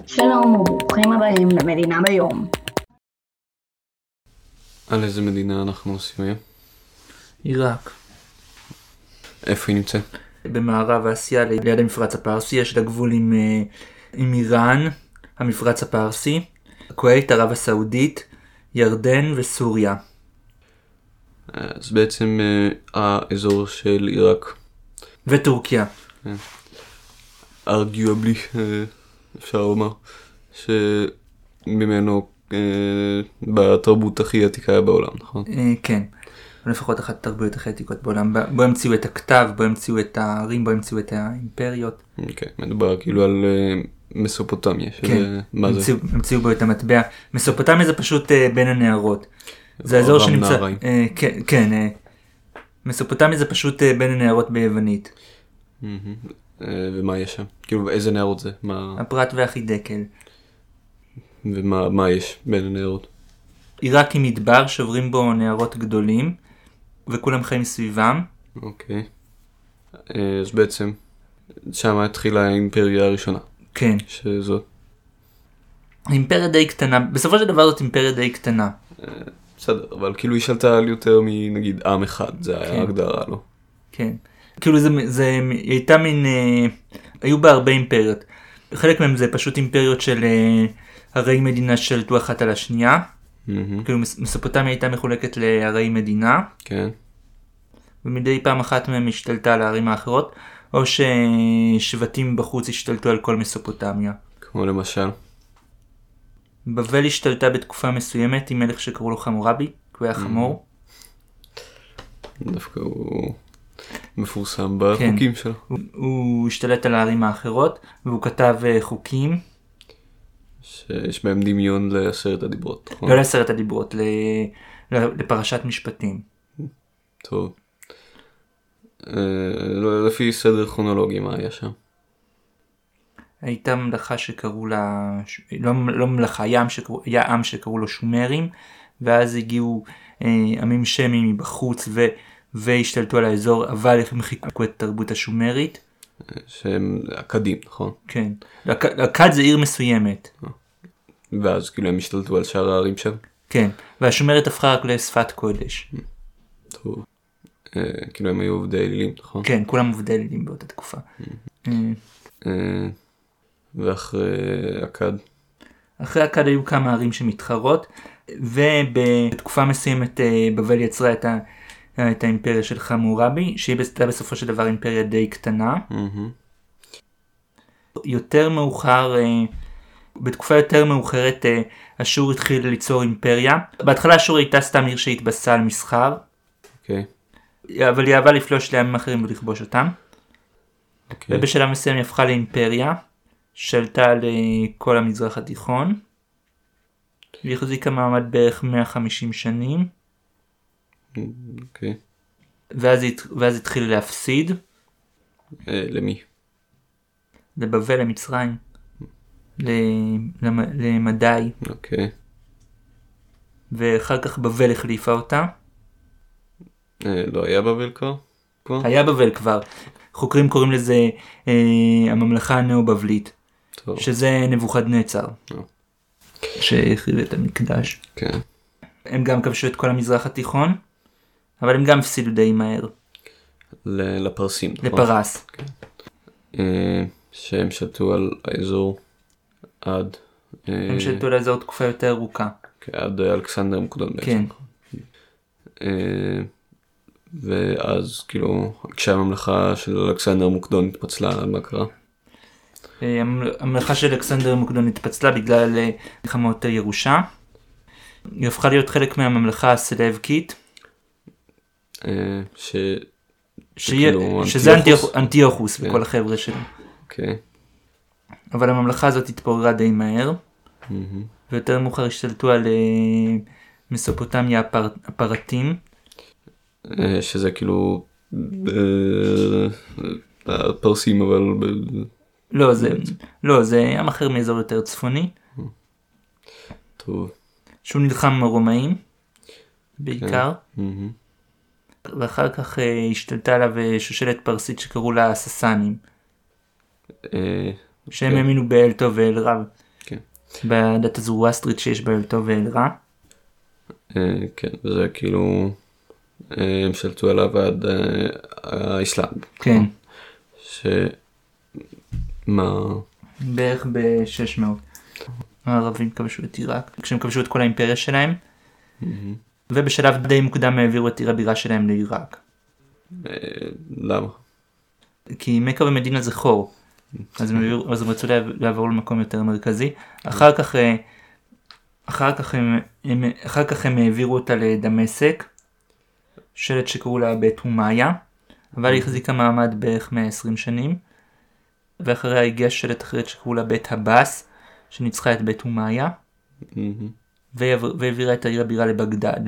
שלום וברוכים הבאים למדינה ביום. על איזה מדינה אנחנו עושים היום? עיראק. איפה היא נמצאת? במערב אסיה, ליד המפרץ הפרסי, יש לה גבול עם איראן, המפרץ הפרסי, כווית, ערב הסעודית, ירדן וסוריה. אז בעצם האזור של עיראק. וטורקיה. ארגיובלי, אפשר לומר, שממנו בתרבות הכי עתיקה בעולם, נכון? כן, לפחות אחת התרבויות הכי עתיקות בעולם. בו המציאו את הכתב, בו המציאו את הערים, בו המציאו את האימפריות. כן, מדובר כאילו על מסופוטמיה. כן, מה זה? המציאו בו את המטבע. מסופוטמיה זה פשוט בין הנהרות. זה האזור שנמצא... כן, מסופוטמיה זה פשוט בין הנהרות ביוונית. ומה יש שם? כאילו איזה נהרות זה? הפרת והחידקל. ומה יש בין הנהרות? עיראק היא מדבר שעוברים בו נהרות גדולים וכולם חיים סביבם. אוקיי. אז בעצם שם התחילה האימפריה הראשונה. כן. שזאת? אימפריה די קטנה, בסופו של דבר זאת אימפריה די קטנה. בסדר, אבל כאילו היא שלטה על יותר מנגיד עם אחד, זה היה הגדרה, לא? כן. כאילו זה הייתה מין, היו בה הרבה אימפריות. חלק מהם זה פשוט אימפריות של ערי מדינה ששלטו אחת על השנייה. כאילו מסופוטמיה הייתה מחולקת לערי מדינה. כן. ומדי פעם אחת מהם השתלטה על הערים האחרות, או ששבטים בחוץ השתלטו על כל מסופוטמיה. כמו למשל? בבל השתלטה בתקופה מסוימת עם מלך שקראו לו חמורבי, כי הוא היה חמור. דווקא הוא מפורסם בחוקים שלו. הוא השתלט על הערים האחרות, והוא כתב חוקים. שיש בהם דמיון לעשרת הדיברות. לא לעשרת הדיברות, לפרשת משפטים. טוב. לפי סדר כרונולוגי, מה היה שם? הייתה ממלכה שקראו לה, לא ממלכה, היה עם שקראו לו שומרים, ואז הגיעו עמים שמיים מבחוץ והשתלטו על האזור, אבל הם חיכו את תרבות השומרית. שהם אקדים, נכון? כן. אקד זה עיר מסוימת. ואז כאילו הם השתלטו על שאר הערים שם? כן. והשומרת הפכה רק לשפת קודש. טוב. כאילו הם היו עובדי אלילים, נכון? כן, כולם עובדי אלילים באותה תקופה. ואחרי אקד? אחרי אקד היו כמה ערים שמתחרות, ובתקופה מסוימת בבל יצרה את האימפריה של חמורבי, שהיא בסופו של דבר אימפריה די קטנה. יותר מאוחר, בתקופה יותר מאוחרת, אשור התחיל ליצור אימפריה. בהתחלה אשור הייתה סתם עיר שהתבססה על מסחר. אוקיי. אבל היא אהבה לפלוש לעמים אחרים ולכבוש אותם. ובשלב מסוים היא הפכה לאימפריה, שלטה על כל המזרח התיכון. והיא החזיקה מעמד בערך 150 שנים. אוקיי. ואז התחיל להפסיד. למי? לבבל, למצרים. למדי. אוקיי. ואחר כך בבל החליפה אותה. לא היה בבל כבר? היה בבל כבר. חוקרים קוראים לזה הממלכה הנאו-בבלית. טוב. שזה נבוכדנצר. שהחריב את המקדש. כן. הם גם כבשו את כל המזרח התיכון, אבל הם גם הפסידו די מהר. לפרסים. לפרס. כן. שהם שלטו על האזור עד... הם שלטו על האזור תקופה יותר ארוכה. עד אלכסנדר מוקדון בעצם. כן. ואז כאילו כשהממלכה של אלכסנדר מוקדון התפצלה, מה קרה? הממלכה של אלכסנדר מוקדון התפצלה בגלל מלחמות ירושה. היא הפכה להיות חלק מהממלכה הסלבקית. שזה אנטיוכוס וכל החבר'ה שלו. אוקיי. אבל הממלכה הזאת התפוררה די מהר. ויותר מאוחר השתלטו על מסופוטמיה הפרטים. שזה כאילו הפרסים אבל... לא, זה עם אחר מאזור יותר צפוני. טוב. שהוא נלחם עם הרומאים, בעיקר. ואחר כך השתלטה עליו שושלת פרסית שקראו לה הססנים. שהם האמינו באל טוב ואל רב. בדת הזורואסטרית שיש בה אל טוב ואל רע. כן, זה כאילו, הם שלטו עליו עד האסלאם. כן. מה... בערך ב-600. הערבים כבשו את עיראק, כשהם כבשו את כל האימפריה שלהם, ובשלב די מוקדם העבירו את עיר הבירה שלהם לעיראק. למה? כי מכה ומדינה זה חור, אז הם רצו לעבור למקום יותר מרכזי. אחר כך הם העבירו אותה לדמשק, שלט שקראו לה בית הומיה, אבל היא החזיקה מעמד בערך 120 שנים, ואחריה הגיעה שלט אחרת שקראו לה בית הבאס, שניצחה את בית הומיה, והעבירה את העיר הבירה לבגדד.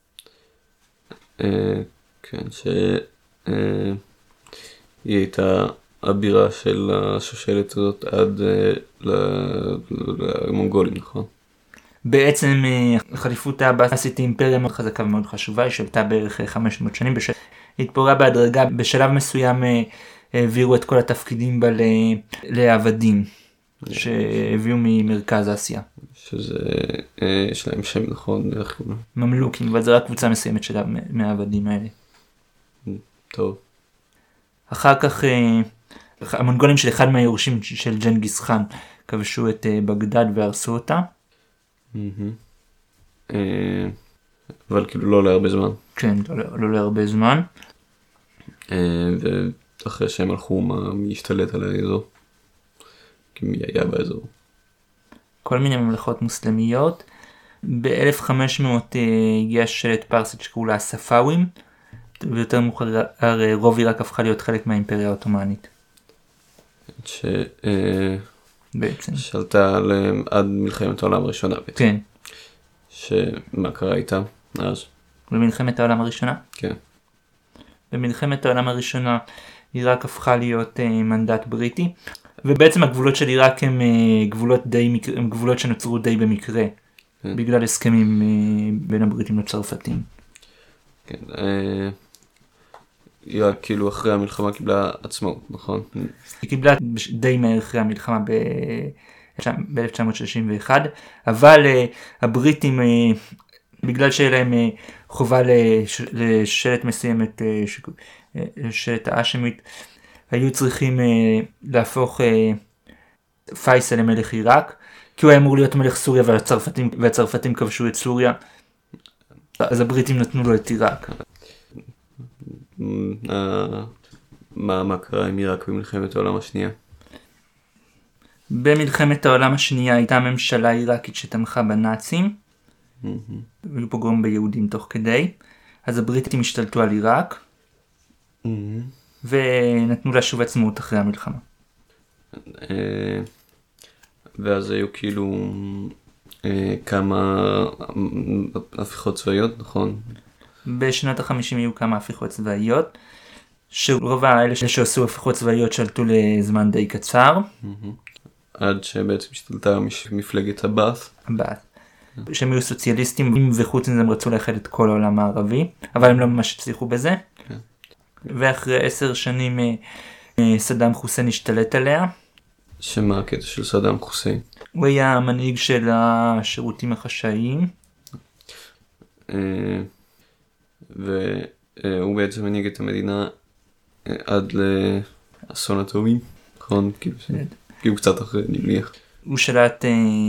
כן, שהיא הייתה הבירה של השושלת הזאת עד למונגולים, נכון? בעצם החליפות העבאסית היא אימפריה מאוד חזקה ומאוד חשובה, היא שלטה בערך 500 שנים, התפוררה בהדרגה, בשלב מסוים העבירו את כל התפקידים בה לעבדים, שהביאו ממרכז אסיה. שזה, יש להם שם נכון? ממלוקים, אבל זה רק קבוצה מסוימת של מהעבדים האלה. טוב. אחר כך המונגולים של אחד מהיורשים של ג'נגיס חאן כבשו את בגדד והרסו אותה. אבל כאילו לא להרבה זמן. כן, לא להרבה זמן. ואחרי שהם הלכו, מי השתלט על האזור? כי מי היה באזור? כל מיני ממלכות מוסלמיות. ב-1500 הגיע שלט פרסית שקראו לה הספאווים, ויותר מאוחר רוב עיראק הפכה להיות חלק מהאימפריה העות'מאנית. בעצם. שלטה עליהם עד מלחמת העולם הראשונה בעצם. כן. שמה קרה איתה אז? במלחמת העולם הראשונה? כן. במלחמת העולם הראשונה עיראק הפכה להיות מנדט בריטי, ובעצם הגבולות של עיראק הם גבולות שנוצרו די במקרה, בגלל הסכמים בין הבריטים לצרפתים. כן, עיראק כאילו אחרי המלחמה קיבלה עצמאות, נכון? היא קיבלה די מהר אחרי המלחמה ב-1961, אבל הבריטים, בגלל שהיה להם חובה לשלט מסוימת, לשלט האשמית, היו צריכים להפוך פייסל למלך עיראק, כי הוא היה אמור להיות מלך סוריה והצרפתים כבשו את סוריה, אז הבריטים נתנו לו את עיראק. מה קרה עם עיראק במלחמת העולם השנייה? במלחמת העולם השנייה הייתה ממשלה עיראקית שתמכה בנאצים, והיו פוגרום ביהודים תוך כדי, אז הבריטים השתלטו על עיראק, ונתנו לה שוב עצמאות אחרי המלחמה. ואז היו כאילו כמה הפיכות צבאיות, נכון? בשנות ה-50 היו כמה הפיכות צבאיות, שרוב האלה שעשו הפיכות צבאיות שלטו לזמן די קצר. עד שבעצם השתלטה מפלגת הבאס. שהם היו סוציאליסטים, וחוץ מזה הם רצו לאחד את כל העולם הערבי, אבל הם לא ממש הצליחו בזה. ואחרי 10 שנים סדאם חוסיין השתלט עליה. שמה הקטע של סדאם חוסיין? הוא היה המנהיג של השירותים החשאיים. והוא בעצם מנהיג את המדינה עד לאסון הטובים, נכון? כאילו קצת אחרי, נמליח. הוא שלט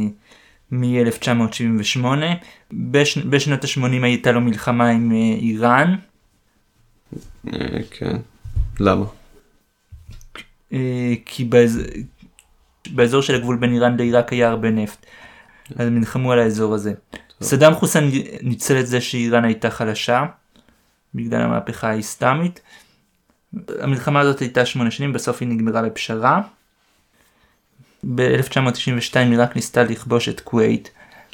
מ-1978, בשנות ה-80 הייתה לו מלחמה עם איראן. כן, למה? כי באזור של הגבול בין איראן לעיראק היה הרבה נפט, אז הם נלחמו על האזור הזה. סדאם חוסיין ניצל את זה שאיראן הייתה חלשה, בגלל המהפכה האסלאמית. המלחמה הזאת הייתה 8 שנים, בסוף היא נגמרה בפשרה. ב-1992 עיראק ניסתה לכבוש את כווית.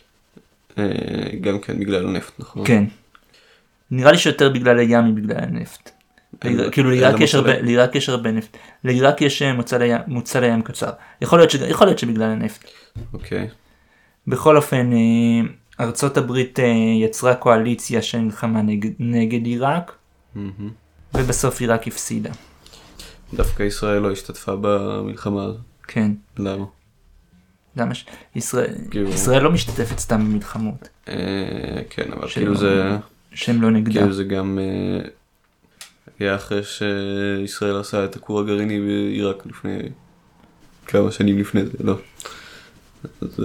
גם כן בגלל הנפט, נכון? כן. נראה לי שיותר בגלל הים מבגלל הנפט. כאילו לעיראק יש הרבה נפט. לעיראק יש מוצא לים קצר. יכול להיות שבגלל הנפט. אוקיי. בכל אופן, ארצות הברית יצרה קואליציה שנלחמה נגד עיראק, ובסוף עיראק הפסידה. דווקא ישראל לא השתתפה במלחמה הזאת. כן. למה? למה כאילו- ישראל לא משתתפת סתם במלחמות. כן, אבל שלא- כאילו זה... שהם לא נגדה. כאילו זה גם היה אחרי שישראל עשה את הכור הגרעיני בעיראק לפני כמה שנים לפני זה, לא? אז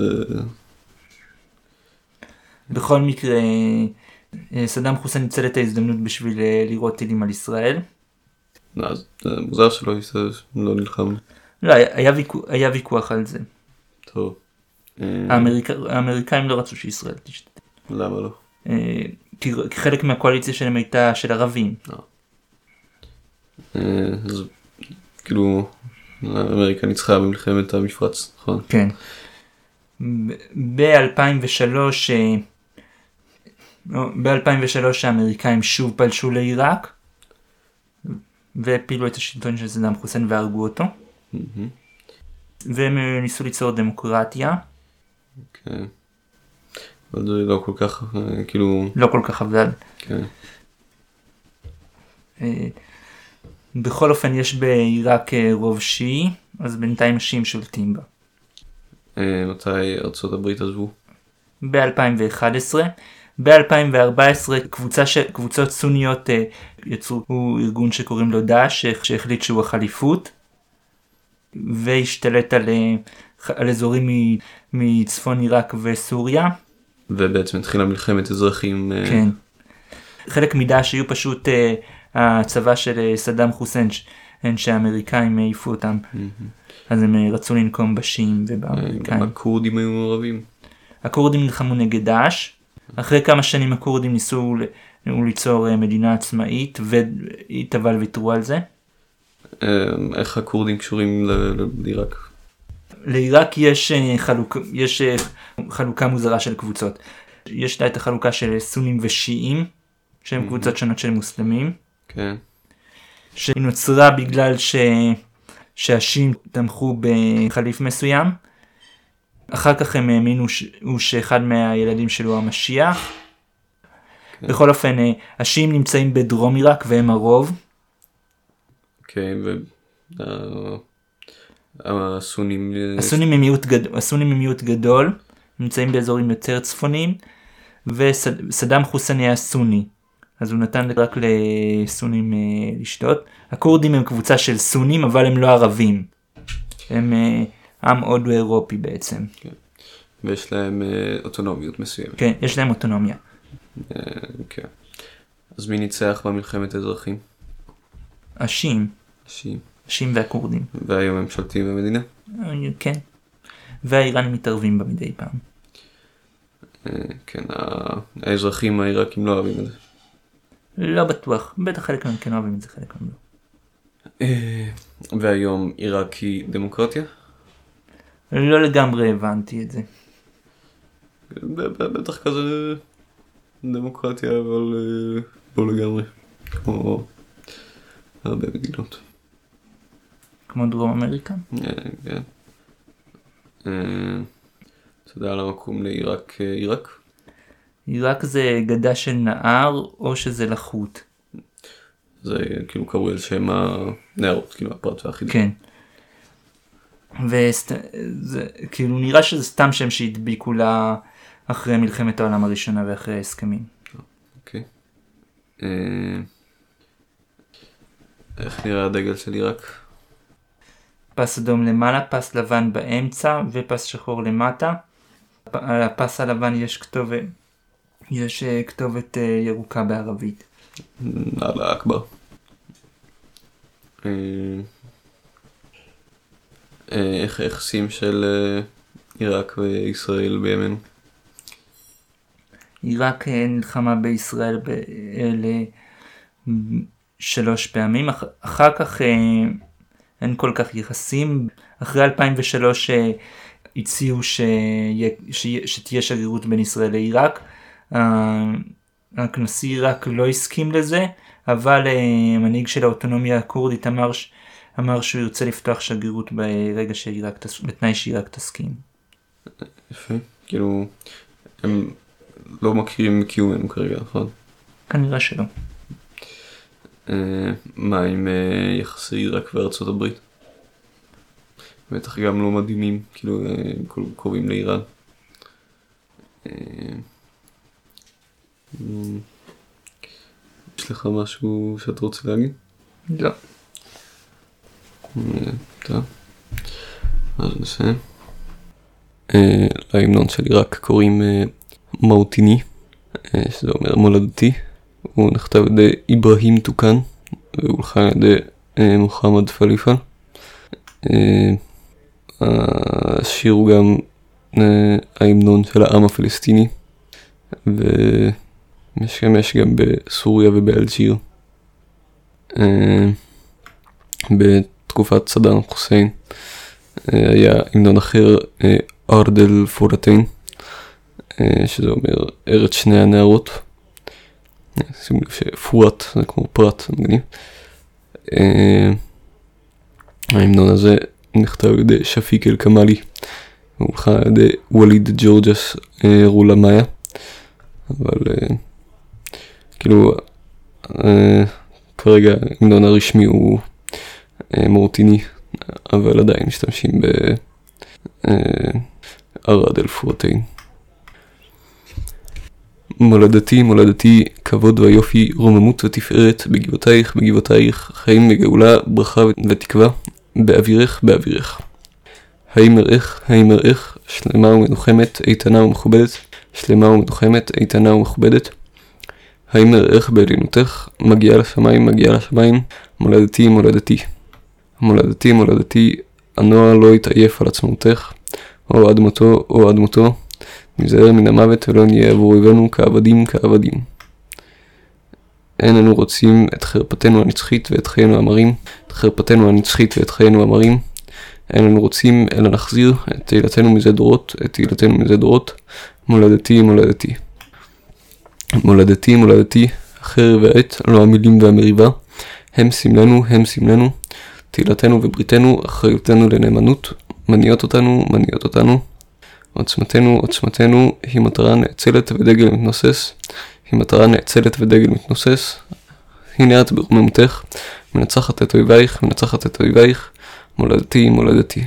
בכל מקרה, סדאם חוסיין ניצל את ההזדמנות בשביל לירות טילים על ישראל. אז זה מוזר שלא לא נלחם. לא, היה ויכוח על זה. טוב. האמריקאים לא רצו שישראל תשתתף. למה לא? כי חלק מהקואליציה שלהם הייתה של ערבים. אז כאילו אמריקה ניצחה במלחמת המפרץ, נכון? כן. ב-2003 האמריקאים שוב פלשו לעיראק והפילו את השלטון של סדאם חוסיין והרגו אותו. והם ניסו ליצור דמוקרטיה. כן. אבל זה לא כל כך, כאילו... לא כל כך עבד. כן. בכל אופן יש בעיראק רוב שיעי, אז בינתיים השיעים שולטים בה. מתי ארצות הברית עזבו? ב-2011. ב-2014 קבוצות סוניות יצרו ארגון שקוראים לו דאעש, שהחליט שהוא החליפות, והשתלט על אזורים מצפון עיראק וסוריה. ובעצם התחילה מלחמת אזרחים. כן. חלק מדאעש היו פשוט הצבא של סדאם חוסיין, שהאמריקאים העיפו אותם. אז הם רצו לנקום בשיעים ובאמריקאים. גם הכורדים היו מעורבים. הכורדים נלחמו נגד דאעש. אחרי כמה שנים הכורדים ניסו ליצור מדינה עצמאית, אבל ויתרו על זה. איך הכורדים קשורים לעיראק? לעיראק יש חלוקה מוזרה של קבוצות. יש לה את החלוקה של סונים ושיעים, שהם קבוצות שונות של מוסלמים. כן. שנוצרה בגלל שהשיעים תמכו בחליף מסוים. אחר כך הם האמינו שאחד מהילדים שלו המשיח. כן. בכל אופן, השיעים נמצאים בדרום עיראק והם הרוב. כן, הסונים הם מיעוט גדול, נמצאים באזורים יותר צפוניים, וסדאם חוסיין היה סוני, אז הוא נתן רק לסונים לשתות. הכורדים הם קבוצה של סונים, אבל הם לא ערבים. הם עם הודו אירופי בעצם. כן. ויש להם אוטונומיות מסוימת. כן, יש להם אוטונומיה. כן. אז מי ניצח במלחמת האזרחים? השיעים. השיעים והכורדים. והיום הם שולטים במדינה? כן. והאיראנים מתערבים בה מדי פעם. כן, האזרחים העיראקים לא אוהבים את זה. לא בטוח. בטח חלק מהם כן אוהבים את זה, חלק מהם לא. והיום עיראק היא דמוקרטיה? לא לגמרי הבנתי את זה. בטח כזה דמוקרטיה, אבל לא לגמרי. כמו הרבה מדינות. כמו דרום אמריקה? כן. אתה יודע על המקום לעיראק עיראק? עיראק זה גדה של נהר או שזה לחוט? זה כאילו קראו על שם הנהרות, כאילו הפרט והחידות. כן. וזה כאילו נראה שזה סתם שם שהדביקו לה אחרי מלחמת העולם הראשונה ואחרי ההסכמים. אוקיי. איך נראה הדגל של עיראק? פס אדום למעלה, פס לבן באמצע ופס שחור למטה. על הפס הלבן יש כתובת ירוקה בערבית. אללה אכבר. איך היחסים של עיראק וישראל בימינו? עיראק נלחמה בישראל 3 פעמים, אחר כך אין כל כך יחסים. אחרי 2003 הציעו שתהיה שגרירות בין ישראל לעיראק. הנשיא עיראק לא הסכים לזה, אבל המנהיג של האוטונומיה הכורדית אמר שהוא ירצה לפתוח שגרירות בתנאי שעיראק תסכים. יפה, כאילו הם לא מכירים קיומנו כרגע, נכון? כנראה שלא. מה עם יחסי עיראק וארצות הברית? בטח גם לא מדהימים, כאילו הם קרובים לאיראן. יש לך משהו שאתה רוצה להגיד? לא. טוב. אז נסיים. להמנון של עיראק קוראים מאוטיני, שזה אומר מולדתי. הוא נכתב על ידי איברהים טוקן, והולחן על ידי מוחמד פליפה. השיר הוא גם ההמנון של העם הפלסטיני, ומשמש גם בסוריה ובאלג'יר. בתקופת סדאם חוסיין היה המנון אחר, ארד אל פורתין, שזה אומר ארץ שני הנערות. שימו לב שפורט זה כמו פרט מגניב. ההמנון הזה נכתב על ידי שפיק אל כמאלי, הוא הולחן על ידי וליד ג'ורג'ס רולמאיה, אבל כאילו כרגע ההמנון הרשמי הוא מאוטיני, אבל עדיין משתמשים ארד אל פורתין. מולדתי, מולדתי, כבוד והיופי, רוממות ותפארת, בגבעותייך, בגבעותייך, חיים וגאולה, ברכה ותקווה, באווירך, באווירך. האם אראך, שלמה ומנוחמת, איתנה ומכובדת, שלמה ומנוחמת, איתנה ומכובדת. האם אראך בעלינותך, מגיעה לשמיים, מגיעה לשמיים, מולדתי, מולדתי. מולדתי, מולדתי, הנוער לא יתעייף על עצמאותך, או אדמתו, או אדמתו, נזהר מן המוות ולא נהיה עבור אויבינו כעבדים, כעבדים. אין אנו רוצים את חרפתנו הנצחית ואת חיינו המרים, את חרפתנו הנצחית ואת חיינו המרים. אין אנו רוצים אלא נחזיר את תהילתנו מזה דורות, את תהילתנו מזה דורות. מולדתי, מולדתי. מולדתי, מולדתי, החרב והעת, לא המילים והמריבה. הם סמלנו, הם סמלנו. תהילתנו ובריתנו, אחריותנו לנאמנות. מניעות אותנו, מניעות אותנו. עוצמתנו, עוצמתנו, היא מטרה נאצלת ודגל מתנוסס. היא מטרה נאצלת ודגל מתנוסס. הנה את ברוממותך, מנצחת את אויבייך, מנצחת את אויבייך. מולדתי, מולדתי.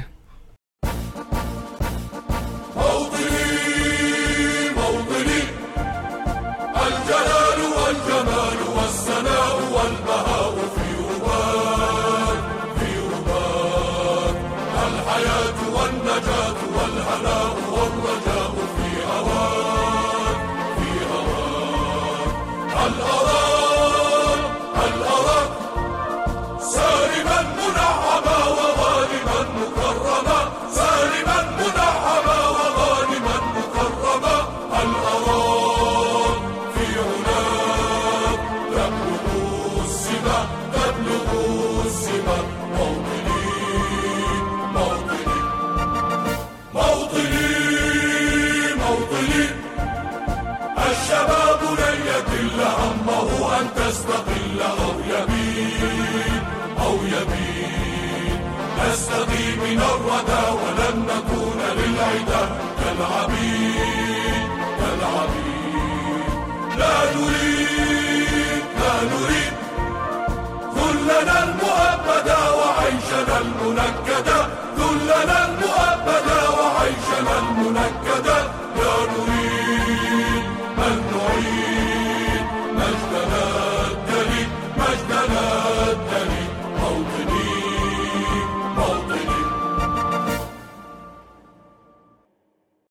نستقي من الردى ولن نكون للعدا كالعبيد كالعبيد. لا نريد لا نريد ذلنا المؤبدا وعيشنا المنكدا، ذلنا المؤبدا وعيشنا المنكدا.